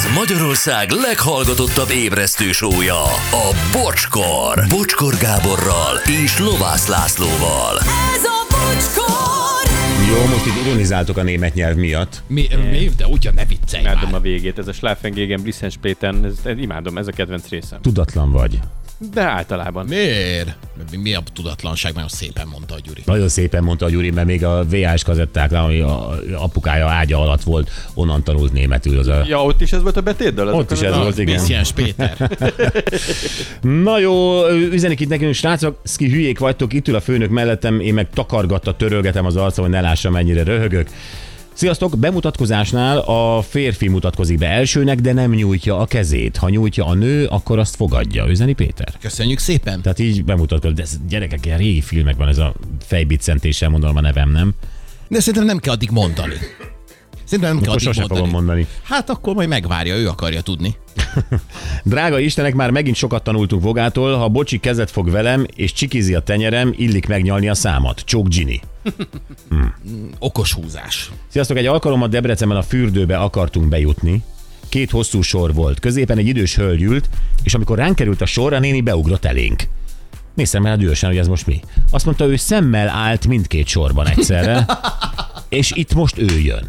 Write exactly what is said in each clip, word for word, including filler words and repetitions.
Ez Magyarország leghallgatottabb ébresztő show-ja, a Bocskor. Bocskor Gáborral és Lovász Lászlóval. Ez a Bocskor! Jó, most itt ironizáltok a német nyelv miatt. Mi, mi? De ugyan ne viccelj Imádom már. a végét, ez a Schlafengegen, Blissenspäten, ez, ez, imádom, ez a kedvenc részem. Tudatlan vagy. De általában. Miért? Mi, mi a tudatlanság? Nagyon szépen mondta a Gyuri. Nagyon szépen mondta a Gyuri, mert még a vé há es kazetták, ami a apukája ágya alatt volt, onnan tanult németül. Az a... Ja, ott is ez volt a betétdal? Ott is ez volt, igen. Messiás Péter. Na jó, üzenik itt nekünk, srácok, szki hülyék vagytok, itt ül a főnök mellettem, én meg takargatta, törölgetem az arcom, hogy ne lássam, mennyire röhögök. Sziasztok! Bemutatkozásnál a férfi mutatkozik be elsőnek, de nem nyújtja a kezét. Ha nyújtja a nő, akkor azt fogadja. Üzeni Péter? Köszönjük szépen. Tehát így bemutatkozik. De ez, gyerekek, ilyen régi filmekben ez a fejbiccentéssel mondom a nevem, nem? De szerintem nem kell addig mondani. Szerintem nem kell Akkor addig sosem mondani. fogom mondani. Hát akkor majd megvárja, ő akarja tudni. Drága Istenek, már megint sokat tanultunk Vogától, ha Bocsi kezet fog velem, és csikizi a tenyerem, illik megnyalni a számat. Csók Gini. Hmm. Okos húzás. Sziasztok, egy alkalommal Debrecenben a fürdőbe akartunk bejutni. Két hosszú sor volt. Középen egy idős hölgy ült, és amikor ránk került a sor, a néni beugrott elénk. Néztem el dühösen, hogy ez most mi. Azt mondta, ő szemmel állt mindkét sorban egyszerre, és itt most ő jön.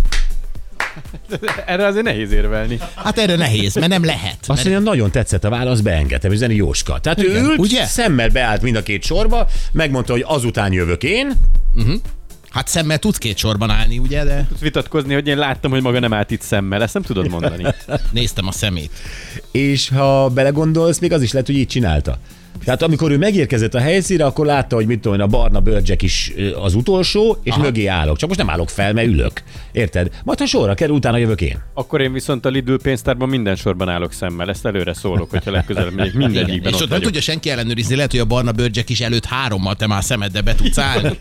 Erre azért nehéz érvelni. Hát erre nehéz, mert nem lehet. Azt mondja, nagyon tetszett a válasz, beengedtem, üzeni Jóska. Tehát Igen, ő ült, ugye? szemmel beállt mind a két sorba, megmondta, hogy azután jövök én. Uh-huh. Hát szemmel tudsz két sorban állni, ugye, de Tudsz vitatkozni, hogy én láttam, hogy maga nem állt itt szemmel. Ezt nem tudod mondani. néztem a szemét. És ha belegondolsz, még az is lehet, hogy így csinálta. Tehát amikor ő megérkezett a helyszínre, akkor látta, hogy mit tudom én, a barna bőrcsek is az utolsó, és Aha. mögé állok. Csak most nem állok fel, mert ülök. Érted? Majd ha sorra kerül, utána jövök én. Akkor én viszont a Lidl pénztárban minden sorban állok szemmel. Ezt előre szólok, hogyha legközelebb megyek. Mindegyikben És ott ott nem vagyok. tudja senki ellenőrizni, lehet, hogy a barna bőrcsek is előtt hárommal te már szemeddel be tudsz állni.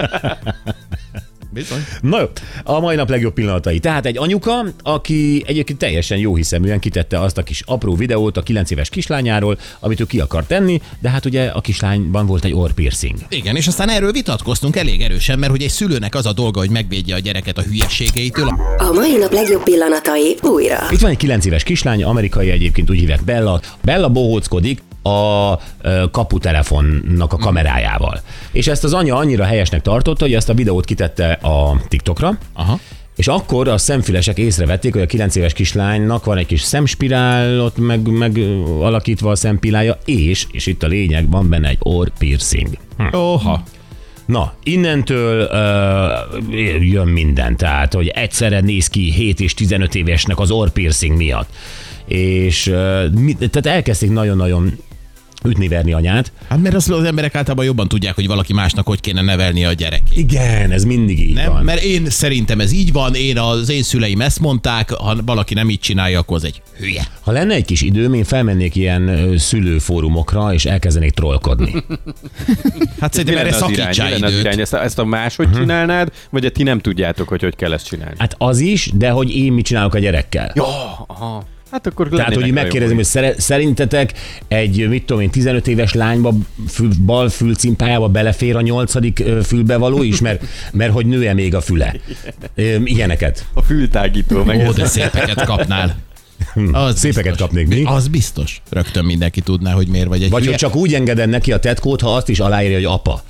Bizony. Na jó, a mai nap legjobb pillanatai. Tehát egy anyuka, aki egyébként teljesen jóhiszeműen kitette azt a kis apró videót a kilenc éves kislányáról, amit ő ki akar tenni, de hát ugye a kislányban volt egy orrpiercing. Igen, és aztán erről vitatkoztunk elég erősen, mert hogy egy szülőnek az a dolga, hogy megvédje a gyereket a hülyességeitől. A mai nap legjobb pillanatai újra. Itt van egy kilenc éves kislány, amerikai egyébként, úgy hívják Bella. Bella bohóckodik a ö, kaputelefonnak a kamerájával. És ezt az anya annyira helyesnek tartotta, hogy ezt a videót kitette a TikTokra, Aha. és akkor a szemfülesek észrevették, hogy a kilenc éves kislánynak van egy kis szemspirál ott meg, meg alakítva a szempillája, és, és itt a lényeg, van benne egy orrpiercing. Hm. Oha. Na, innentől uh, jön minden, tehát, hogy egyszerre néz ki hét és tizenöt évesnek az orrpiercing miatt. És uh, mi, tehát elkezdték nagyon-nagyon ütni-verni anyát. Hát mert azt az emberek általában jobban tudják, hogy valaki másnak hogy kéne nevelni a gyerekét. Igen, ez mindig így Nem, van. mert én szerintem ez így van, én az én szüleim ezt mondták, ha valaki nem így csinálja, akkor az egy hülye. Ha lenne egy kis időm, én felmennék ilyen ö, szülőfórumokra, és elkezdenék trollkodni. Hát Mi szerintem erre lenne az irány? Mi szakítsál lenne az irány? időt. Ezt, ezt a máshogy uh-huh. csinálnád, vagy a ti nem tudjátok, hogy hogy kell ezt csinálni? Hát az is, de hogy én mit csinálok a gyerekkel. Ja, aha. Hát akkor Tehát, hogy megkérdezem, hogy szere- szerintetek egy, mit tudom én, tizenöt éves lányba fül, bal fülcimpájába belefér a nyolcadik ö, fülbevaló is, mert, mert hogy nő-e még a füle. Ö, Ilyeneket. a fültágító meg. Ó, ez. de szépeket kapnál. Az Szépeket biztos. kapnék, mi? Az biztos. Rögtön mindenki tudná, hogy miért vagy egy Vagy hülye. hogy csak úgy engeded neki a tetkót, ha azt is aláírja, hogy apa.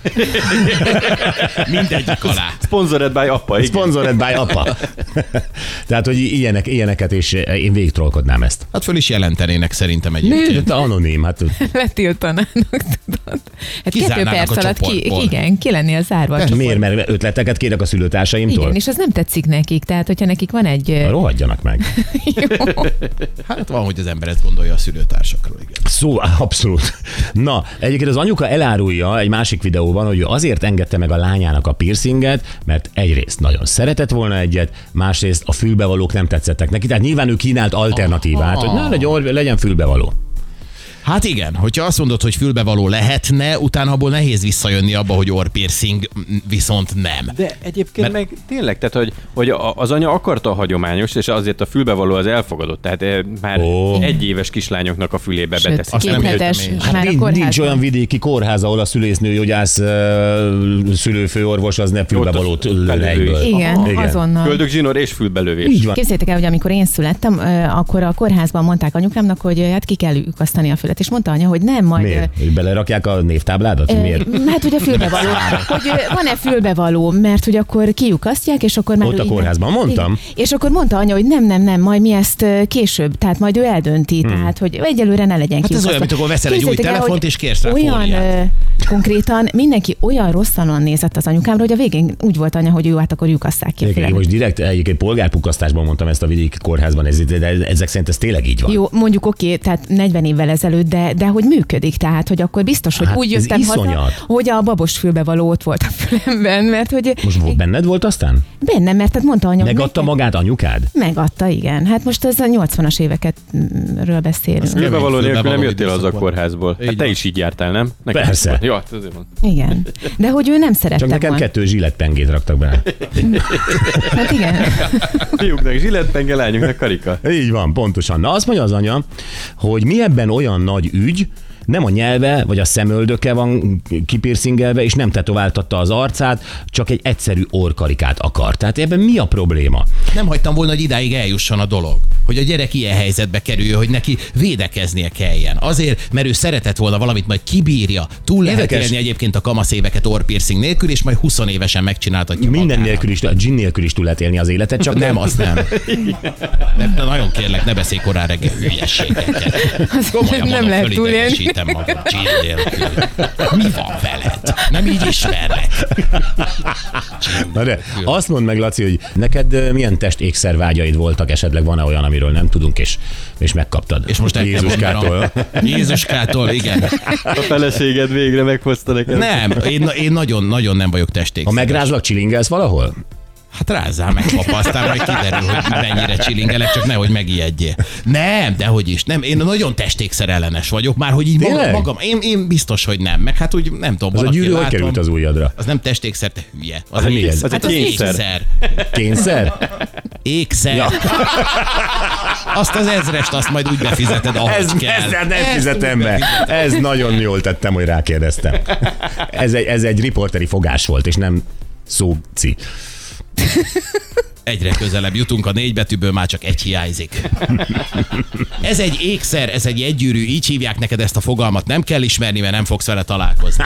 Mindegyik alá. Sponsored by apa, igen. Sponsored by apa. Tehát, hogy ilyenek, ilyeneket, és én végig trollkodnám ezt. Hát föl is jelentenének szerintem Né, egyébként. de anonim, hát Letiltanának, tudod. Hát kettő Kizárnának perc a alatt ki, csoportból. igen, ki lennél zárva a csoport. miért? Mert ötleteket kérek a szülőtársaimtól? Igen, és az nem tetszik nekik, tehát hogyha nekik van egy... ö, Rohadjanak meg. Jó. Hát van, hogy az ember ezt gondolja a szülőtársakról, igen. Szó, abszolút. Na, egyébként az anyuka elárulja egy másik videóban, hogy ő azért engedte meg a lányának a piercinget, mert egyrészt nagyon szeretett volna egyet, másrészt a fülbevalók nem tetszettek neki. Tehát nyilván ő kínált alternatívát, Aha. hogy na, legyen, legyen fülbevaló. Hát igen, hogyha azt mondod, hogy fülbevaló lehetne, utána abból nehéz visszajönni abba, hogy orrpiercing viszont nem. De egyébként Mert- meg tényleg, tehát hogy, hogy a- az anya akarta a hagyományos, és azért a fülbevaló az elfogadott. Tehát eh, már Ó. egy éves kislányoknak a fülébe Sőt, beteszik. Azt nem kéthetes értem én. Hát már a nincs, nincs kórházban. olyan vidéki kórház, ahol a szülésznő, gyógyász, ö, szülőfőorvos az ne fülbevalót lőne belőlés. egyből. Igen, Igen. azonnal. Köldögzsinór és fülbelövés. Így van. Képzeljétek el, hogy amikor én születtem, ö, akkor a kórházban mondták anyukámnak, hogy ö, hát ki kell lyukasztani a fület, és mondta anya, hogy nem, majd... Miért? Hogy belerakják a névtábládat? ö, Miért? Hát ugye fülbevaló. Hogy ö, van-e fülbevaló, mert hogy akkor kilyukasztják, és akkor már... Ott ő a így nem- kórházban mondtam. Igen. És akkor mondta anya, hogy nem, nem, nem, majd mi ezt ö, később, tehát majd ő eldönti, hmm. tehát hogy egyelőre ne legyen Hát ez kilyukasztva. olyan, mint akkor veszel egy új Képzeljétek el, telefont, hogy és kérsz rá olyan fóliát. ö, konkrétan mindenki olyan rosszalon nézett az anyukámra, hogy a végén úgy volt anya, hogy jó, hát akkor lyukasszák ki a Én fület. most direkt egyébként polgárpukkasztásban mondtam ezt a vidéki kórházban, ez, de ezek szerint ez tényleg így van. Jó, mondjuk oké, tehát negyven évvel ezelőtt, de, de hogy működik, tehát hogy akkor biztos, hogy Hát úgy ez jöttem haza, iszonyat. hogy a babos fülbevaló ott volt a fülemben, mert hogy Most volt benned volt aztán? bennem, mert tehát mondta anya, hogy Megadta nekem- magát anyukád? Megadta, igen. Hát most ez a nyolcvanas évekről beszélünk. Fülbevaló nélkül nem fülbevaló jöttél az a időszak volt. kórházból. Hát Így te van. is így jártál, nem? Persze. Jó, hát azért van. Igen. De hogy ő nem szerette Csak nekem volna. kettő zsillettpengét raktak bele. Hát igen. Fiúknak zsillettpenge, lányoknak karika. Így van, pontosan. Na azt mondja az anya, hogy mi ebben olyan nagy ügy, nem a nyelve vagy a szemöldöke van kipircingelve, és nem tetováltatta az arcát, csak egy egyszerű orrkarikát akar. Tehát ebben mi a probléma? Nem hagytam volna, hogy idáig eljusson a dolog. Hogy a gyerek ilyen helyzetbe kerüljön, hogy neki védekeznie kelljen. Azért, mert ő szeretett volna valamit, majd kibírja. Túl lehet Érdekes. élni egyébként a kamaszéveket orrpiercing nélkül, és majd húsz évesen megcsináltatja Minden magának. nélkül is, a gin nélkül is túl lehet élni az életet, csak Nem, azt nem. nem. De nagyon kérlek, ne beszélj korán reggel hülyességeket. Komolyan nem mondom, lehet túlélni. fölidegesítem magam. Gin nélkül. Mi van veled? Nem így ismerlek. Na de azt mondd meg, Laci, hogy neked ö, milyen testékszervágyaid voltak, esetleg van-e olyan, amiről nem tudunk, és, és megkaptad. És most el kell Jézuskától. mondanom. Jézuskától, igen. A feleséged végre meghozta neked. Nem, én, én nagyon-nagyon nem vagyok testék. Ha megrázlak, csilingelsz valahol? Hát rázzál meg, papa, aztán majd kiderül, hogy mennyire csilingelek, csak nehogy megijedjél. Nem, dehogy is. Nem, én nagyon testékszerellenes vagyok, már hogy így magam, Tényleg? magam én, én biztos, hogy nem. Meg hát úgy nem tudom, Az a valaki gyűrű hogy látom. került az ujjadra? Az nem testékszer, te hülye. Az, Az egy mi ez? Az Hát egy az kényszer. ékszer. Kényszer? Ékszer. Ja. Azt az ezrest, azt majd úgy befizeted, ahogy Ez, kell. ezzel nem Ezt fizetem úgy be. befizeted. Ez nagyon jól tettem, hogy rákérdeztem. Ez egy, ez egy riporteri fogás volt, és nem szóci. Egyre közelebb jutunk, a négy betűből már csak egy hiányzik. Ez egy ékszer, ez egy egygyűrű, így hívják neked ezt a fogalmat, nem kell ismerni, mert nem fogsz vele találkozni.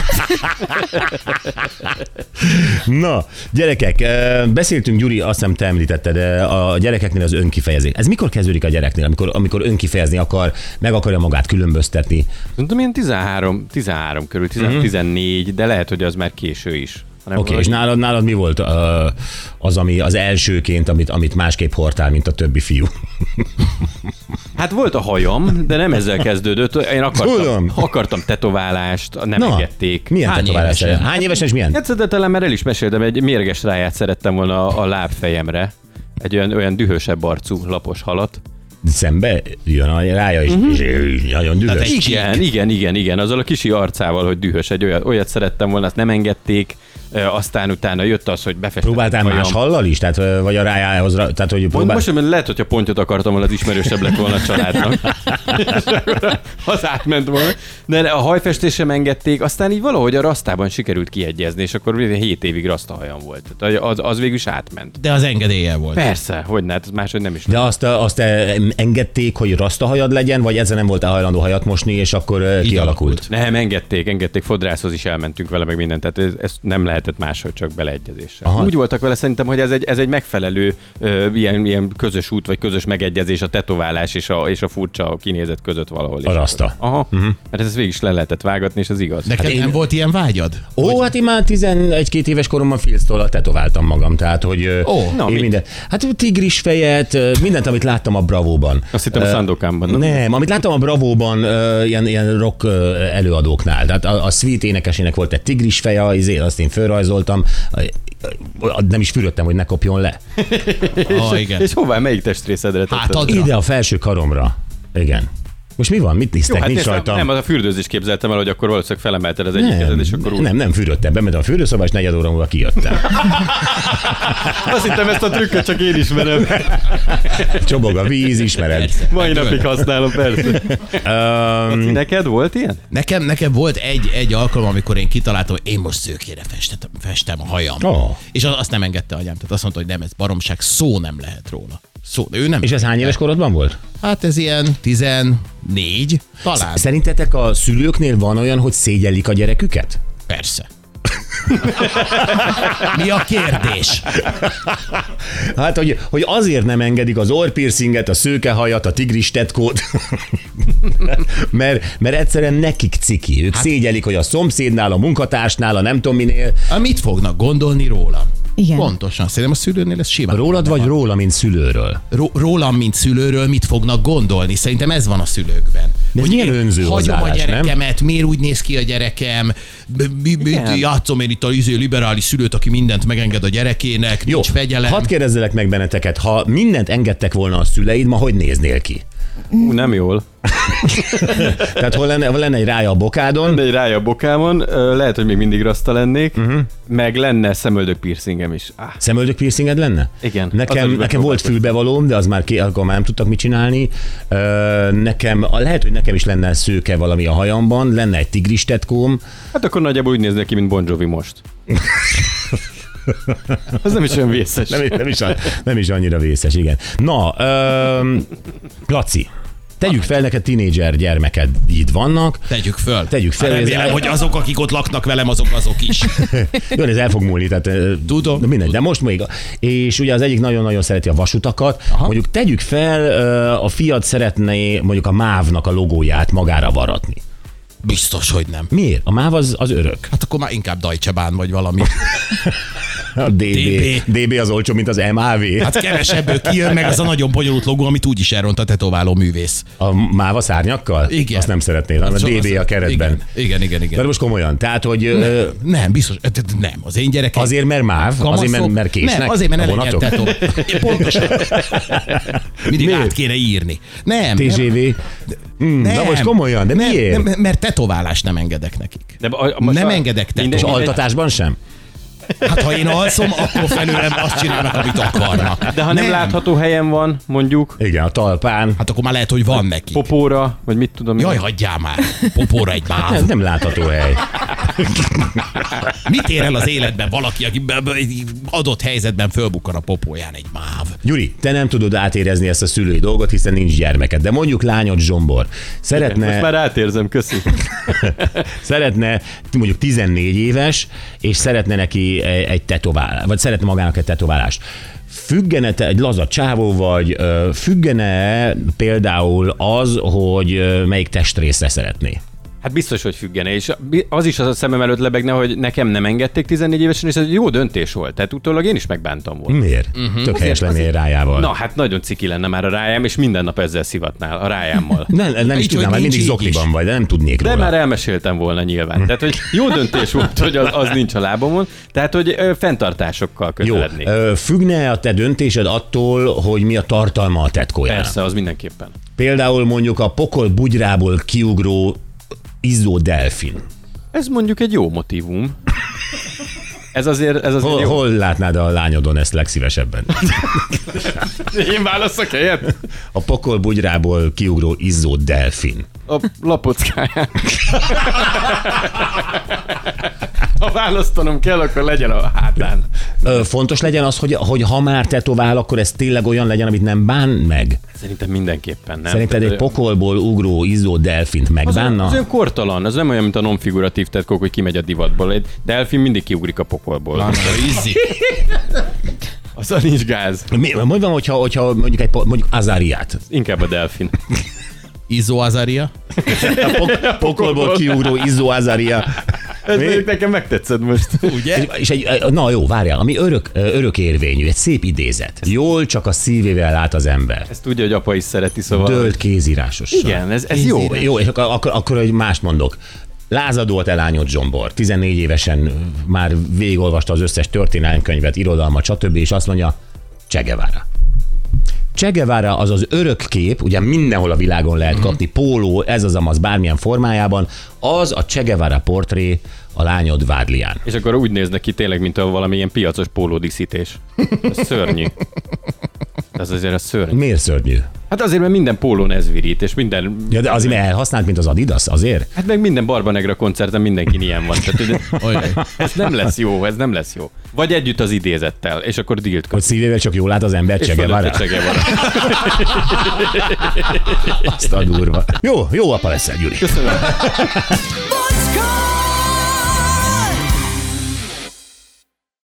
Na, gyerekek, eh, beszéltünk, Gyuri, azt hiszem te említetted, eh, a gyerekeknél az önkifejezés. Ez mikor kezdődik a gyereknél, amikor, amikor önkifejezni akar, meg akarja magát különböztetni? Tudom, ilyen tizenhárom, tizenhárom körül, tizennégy, de lehet, hogy az már késő is. Oké, okay, és nálad, nálad mi volt uh, az, ami az elsőként, amit, amit másképp hordtál, mint a többi fiú? Hát volt a hajam, de nem ezzel kezdődött. Én akartam, Tudom. akartam tetoválást, nem Na, engedték. milyen Hány tetoválás? évesen? Hány évesen és milyen? Hát szerintem már el is meséltem, egy mérges ráját szerettem volna a, a lábfejemre. Egy olyan, olyan dühösebb arcú lapos halat. Szembe jön a rája, és, Mhm. és nagyon dühös. egy- Igen, igen, igen, igen, azzal a kisi arcával, hogy dühös, egy olyat, olyat szerettem volna, azt nem engedték, e, aztán utána jött az, hogy befestettek Próbáltál a hajam. más hallal is? Tehát, ö, vagy a rájához, ra- tehát, hogy Mond, próbál... most hogy lehet, hogyha pontot akartam volna, az ismerősebb lett volna a családnak. És akkor az átment volna. De a hajfestést sem engedték, aztán így valahogy a rasztában sikerült kiegyezni, és akkor hét évig rasztahajam volt. Tehát az, az végül is átment. De az engedélye volt. Persze, hogy ne, hát ez máshogy nem is. De azt, azt eh, engedték, hogy rasztahajad legyen, vagy ezzel nem voltál hajlandó hajat mosni, és akkor eh, Így kialakult? alakult. Nem, engedték, engedték, fodrászhoz is elmentünk vele, meg mindent, tehát ez, ez nem lehetett máshogy, csak beleegyezéssel. Aha. Úgy voltak vele szerintem, hogy ez egy, ez egy megfelelő ö, ilyen, ilyen közös út, vagy közös megegyezés a tetoválás és a, és a furcsa kinézet között valahol. A És raszta. Aha, uh-huh. Mert ez végig is le lehetett vágatni, és az igaz. Neked Hát én- nem volt ilyen vágyad? Ó, hát én már tizenegy-két éves koromban Filztól tetováltam magam, tehát hogy ö, Ó, én na, mit? minden, hát tigris fejet, ö, mindent, amit láttam a Bravóban. Azt hittem a Ö, Sandokanban. Nem, amit láttam a Bravóban ö, ilyen, ilyen rock ö, előadóknál. Tehát a, a Sweet énekesének volt egy tigris feje, izé, azt én fölrajzoltam. Nem is fürödtem, hogy ne kopjon le. Ah, igen. És hová, melyik testrészedre tetted? Hátadra. Ide a felső karomra. Igen. Most mi van? Mit tisztek? hát Nincs nézd, rajtam. nem, az a fürdőzést képzeltem el, hogy akkor valószínűleg felemelted az egyik nem, kezed, és akkor úgy. nem, nem fürödtem. Bementem a fürdőszobába, és negyed óra múlva kijöttem. Azt hittem, ezt a trükköt csak én ismerem. Csobog a víz, ismered. Persze. Mai napig használom, persze. Um, Neked volt ilyen? Nekem, nekem volt egy, egy alkalom, amikor én kitaláltam, hogy én most szőkére festem, festem a hajam. Oh. És azt nem engedte anyám. Tehát azt mondta, hogy nem, ez baromság, szó nem lehet róla. Szó, ő nem. és ez hány éves korodban volt? Hát ez ilyen tizennégy, talán. Szerintetek a szülőknél van olyan, hogy szégyellik a gyereküket? Persze. Mi a kérdés? Hát, hogy, hogy azért nem engedik az orrpiercinget, a szőkehajat, a tigris tetkót, mert, mert egyszerűen nekik ciki. Ők hát, szégyelik, hogy a szomszédnál, a munkatársnál, a nem tudom minél. A mit fognak gondolni rólam? Igen. Pontosan. Szerintem a szülőnél ez simán. Rólad vagy róla, mint szülőről? Ró- rólam, mint szülőről mit fognak gondolni? Szerintem ez van a szülőkben. De ez milyen én önző hagyom a hozzáállás, nem? gyerekemet, miért úgy néz ki a gyerekem, mi, mi, játszom én itt a izé, liberális szülőt, aki mindent megenged a gyerekének, Jó, nincs fegyelem. hadd kérdezzelek meg benneteket, ha mindent engedtek volna a szüleid, ma hogy néznél ki? Ú, nem jól. Tehát hol lenne, hol lenne egy rája a bokádon? De egy rája a bokámon, ö, lehet, hogy még mindig rasta lennék, uh-huh. meg lenne szemöldök piercingem is. Ah. Szemöldök piercinged lenne? Igen. Azzal Nekem, is nekem volt fülbevalóm, de az már, ké, akkor már nem tudtak mit csinálni. Ö, nekem, lehet, hogy nekem is lenne szőke valami a hajamban, lenne egy tigris tetkóm. Hát akkor nagyjából úgy néznek ki, mint Bon Jovi most. Az nem is olyan vészes. Nem, nem, is, nem is annyira vészes, igen. Na, ö, Laci, tegyük fel, neked tínédzser gyermeked itt vannak. Tegyük föl. Tegyük fel. Hát remélem, ez- hogy azok, akik ott laknak velem, azok azok is. Jó, ez el fog múlni, tehát Tudom. de mindegy, de most még. És ugye az egyik nagyon-nagyon szereti a vasutakat. Aha. Mondjuk tegyük fel, ö, a fiad szeretné mondjuk a mávnak a logóját magára varatni. Biztos, hogy nem. Miért? A máv az, az örök. Hát akkor már inkább Deutsche Bahn vagy valami. A dé bé. dé bé. dé bé az olcsó, mint az em á vé. Hát kevesebből kijön meg az a nagyon bonyolult logó, amit úgyis elront a tetováló művész. A máv a szárnyakkal? Igen. Azt nem szeretnél, hanem a dé bé a keretben. Igen, igen, igen. igen. De most komolyan, tehát, hogy ö, Nem, biztos, nem. Az én gyerekem. azért, mert máv, azért, mert, mert késnek Nem, azért, mert a ne legyen vonatok. tetó. Én Pontosan. Mindig Miért? át kéne írni. Nem. té zé vé. Mm, nem. na most komolyan, de nem, miért? Nem, mert tetoválást nem engedek nekik. De a, a, most Nem a- engedek te- És Minden- altatásban sem? Hát ha én alszom, akkor felőlem azt csinálnak, amit akarnak. De ha nem, nem látható helyen van, mondjuk, Igen, a talpán. Hát akkor már lehet, hogy van neki. popóra, vagy mit tudom. Jaj, én. hagyjál már. Popóra egy Ez máv. nem látható hely. Mit ér el az életben valaki, aki be- be- egy adott helyzetben fölbukkan a popóján egy máv? Gyuri, te nem tudod átérezni ezt a szülői dolgot, hiszen nincs gyermeked. De mondjuk lányod Zsombor szeretne, Most már átérzem, köszi. szeretne mondjuk tizennégy éves, és szeretne neki egy tetoválás, vagy szeretne magának egy tetoválást. Függene te egy laza csávó vagy, ö, függene például az, hogy ö, melyik testrészre szeretné? Hát biztos, hogy függene, és az is az a szemem előtt lebegne, hogy nekem nem engedték tizennégy évesen, és ez egy jó döntés volt. Tehát utólag én is megbántam volna. Miért? Uh-huh. Tök helyes lennél rájával. Na, hát nagyon ciki lenne már a rájám, és minden nap ezzel szivatnál, a rájámmal. Nem, nem is Így, tudnám, hogy mert mindig nincs így zokniban is. vagy, de nem tudnék De róla. már elmeséltem volna nyilván. Tehát, hogy jó döntés volt, hogy az, az nincs a lábamon. Tehát, hogy ö, fenntartásokkal Jó, közelednék. ö, függne a te döntésed attól, hogy mi a tartalma a tetkójának? Persze, az mindenképpen. Például mondjuk a pokol bugyrából kiugró izzó delfin. Ez mondjuk egy jó motivum. Ez azért, ez azért Hol, jó. hol látnád a lányodon ezt legszívesebben? Én válaszok helyet? A pokol bugyrából kiugró izzó delfin. A lapockáján. Ha választanom kell, akkor legyen a hátán. Ö, fontos legyen az, hogy, hogy ha már tetovál, akkor ez tényleg olyan legyen, amit nem bán meg? Szerintem mindenképpen nem. Szerinted egy Tehát, pokolból ugró izzó delfint az, megbánna? az olyan kortalan, az nem olyan, mint a non-figuratív tetkók, hogy kimegy a divatból. Egy delfin mindig kiugrik a pokolból. Van, izzi. Azzal nincs gáz. Mi, mi van, hogyha, hogyha mondjuk egy po- mondjuk Azariát? Inkább a delfin. Izzó Azaria. A pok- pokolból kiugró izzó Azaria. Ez Mi? mondjuk nekem megtetszett most. Ugye? És egy, na jó, várjál, ami örök, örök érvényű, egy szép idézet. Jól csak a szívével lát az ember. Ezt tudja, hogy apa is szereti, szóval... Dölt kézírásosan. Igen, ez, ez jó. Jó, és akkor, akkor, akkor egy mást mondok. Lázadó a te lányod Zsombor. tizennégy évesen már végigolvasta az összes történelemkönyvet, irodalmat, stb. És azt mondja, Che Guevara. Che Guevara az az örök kép, ugye mindenhol a világon lehet kapni, póló, ez az amaz bármilyen formájában, az a Che Guevara portré a lányod vádlián. És akkor úgy néznek ki tényleg, mint a valamilyen piacos pólódíszítés. Ez szörnyű. Ez azért a szörnyű. Miért szörnyű? Hát azért, mert minden pólón ez virít, és minden... Ja, de azért elhasznált, mint az Adidas, azért? Hát meg minden Barba Negra koncerten mindenki ilyen van. Tehát, ez nem lesz jó, ez nem lesz jó. Vagy együtt az idézettel, és akkor dílt köt. Hogy szívével csak jól lát az ember, Che Guevara. Che Guevara. Azt a durva. Jó, jó apa leszel, Gyuri. Köszönöm.